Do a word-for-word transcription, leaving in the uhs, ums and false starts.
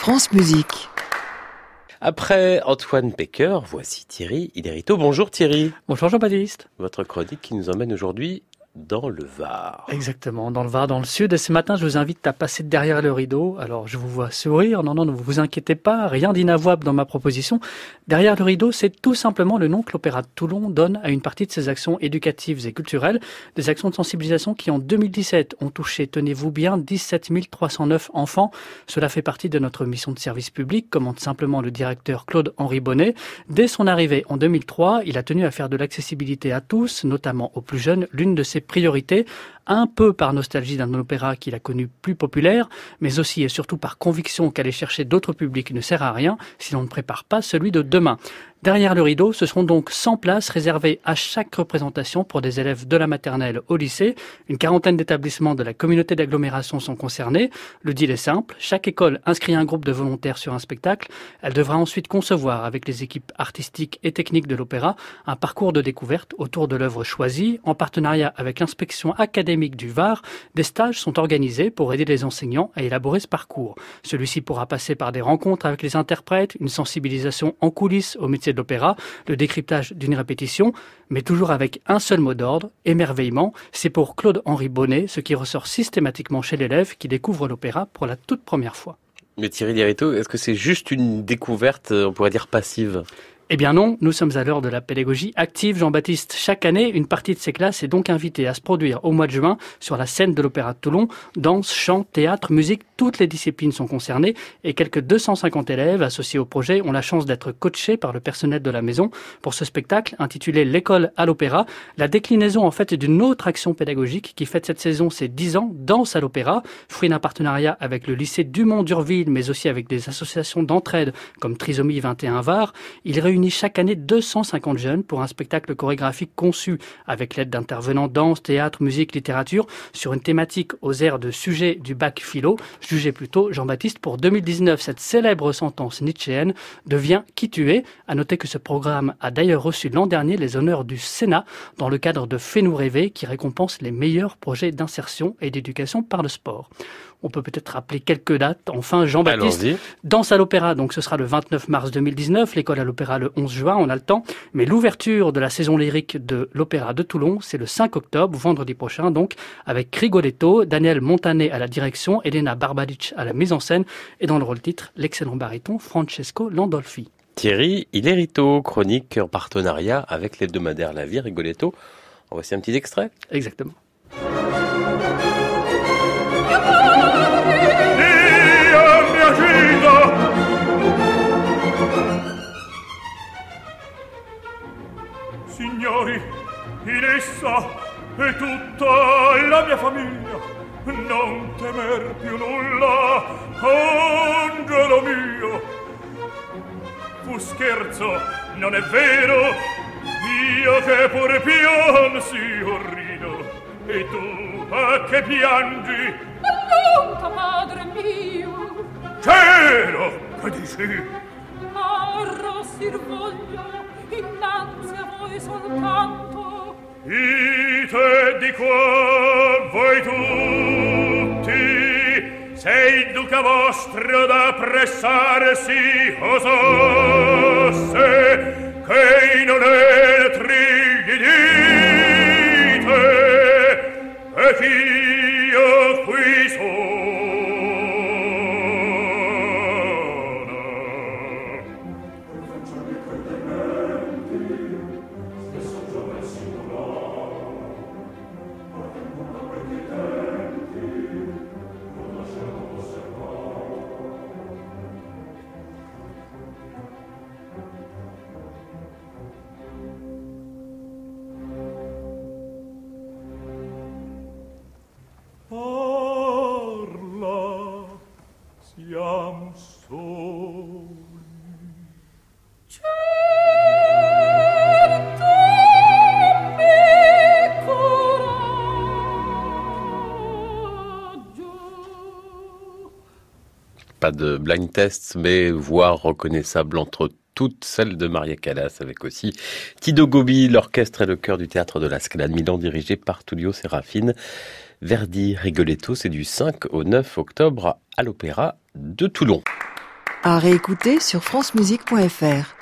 France Musique. Après Antoine Pecker, voici Thierry Hillerito. Bonjour Thierry. Bonjour Jean-Baptiste. Votre chronique qui nous emmène aujourd'hui dans le Var. Exactement, dans le Var, dans le Sud. Et ce matin, je vous invite à passer derrière le rideau. Alors, je vous vois sourire. Non, non, ne vous inquiétez pas. Rien d'inavouable dans ma proposition. Derrière le rideau, c'est tout simplement le nom que l'Opéra de Toulon donne à une partie de ses actions éducatives et culturelles. Des actions de sensibilisation qui, en deux mille dix-sept, ont touché, tenez-vous bien, dix-sept mille trois cent neuf enfants. Cela fait partie de notre mission de service public, commente simplement le directeur Claude-Henri Bonnet. Dès son arrivée en deux mille trois, il a tenu à faire de l'accessibilité à tous, notamment aux plus jeunes, l'une de ses priorité, un peu par nostalgie d'un opéra qu'il a connu plus populaire, mais aussi et surtout par conviction qu'aller chercher d'autres publics ne sert à rien si l'on ne prépare pas celui de demain. Derrière le rideau, ce seront donc cent places réservées à chaque représentation pour des élèves de la maternelle au lycée. Une quarantaine d'établissements de la communauté d'agglomération sont concernés. Le deal est simple. Chaque école inscrit un groupe de volontaires sur un spectacle. Elle devra ensuite concevoir avec les équipes artistiques et techniques de l'opéra un parcours de découverte autour de l'œuvre choisie. En partenariat avec l'inspection académique du Var, des stages sont organisés pour aider les enseignants à élaborer ce parcours. Celui-ci pourra passer par des rencontres avec les interprètes, une sensibilisation en coulisses au métier de l'opéra, le décryptage d'une répétition, mais toujours avec un seul mot d'ordre, émerveillement. C'est pour Claude-Henri Bonnet ce qui ressort systématiquement chez l'élève qui découvre l'opéra pour la toute première fois. Mais Thierry Hillerito, est-ce que c'est juste une découverte, on pourrait dire passive ? Eh bien non, nous sommes à l'heure de la pédagogie active, Jean-Baptiste. Chaque année, une partie de ces classes est donc invitée à se produire au mois de juin sur la scène de l'Opéra de Toulon. Danse, chant, théâtre, musique, toutes les disciplines sont concernées et quelques deux cent cinquante élèves associés au projet ont la chance d'être coachés par le personnel de la maison pour ce spectacle intitulé L'école à l'opéra. La déclinaison en fait d'une autre action pédagogique qui fête cette saison ses dix ans, Danse à l'opéra, fruit d'un partenariat avec le lycée Dumont-d'Urville mais aussi avec des associations d'entraide comme Trisomie vingt et un Var. Il réunit chaque année deux cent cinquante jeunes pour un spectacle chorégraphique conçu avec l'aide d'intervenants danse, théâtre, musique, littérature sur une thématique aux airs de sujet du bac philo. Jugez plutôt, Jean-Baptiste, pour deux mille dix-neuf, cette célèbre sentence nietzschéenne devient qui tu es. À noter que ce programme a d'ailleurs reçu l'an dernier les honneurs du Sénat dans le cadre de Fais-nous rêver qui récompense les meilleurs projets d'insertion et d'éducation par le sport. On peut peut-être rappeler quelques dates. Enfin, Jean-Baptiste, Allons-y. Danse à l'opéra, donc ce sera le vingt-neuf mars deux mille dix-neuf, l'école à l'opéra le onze juin, on a le temps. Mais l'ouverture de la saison lyrique de l'Opéra de Toulon, c'est le cinq octobre, vendredi prochain, donc, avec Rigoletto, Daniel Montanet à la direction, Elena Barbaric à la mise en scène, et dans le rôle titre, l'excellent baryton Francesco Landolfi. Thierry Hillerito, chronique en partenariat avec l'hebdomadaire La Vie, Rigoletto. En voici un petit extrait. Exactement. Signori, in essa è tutta la mia famiglia. Non temer più nulla, angelo mio. Fu scherzo, non è vero, io che pure piansi o rido. E tu, a che piangi? Allonta, padre mio. Cielo, che dici? Arrossir voglio innanzi a voi soltanto. Ite di qua voi tutti, se il duca vostro da pressarsi osasse, che non entri dite, e ch'io qui sono. Siamo soli. Certo mi coraggio. Pas de blind test, mais voix reconnaissable entre toutes, celle de Maria Callas, avec aussi Tido Gobi, l'orchestre et le chœur du théâtre de la Scala de Milan, dirigé par Tullio Serafine. Verdi Rigoletto, c'est du cinq au neuf octobre à l'Opéra de Toulon. À réécouter sur francemusique point f r.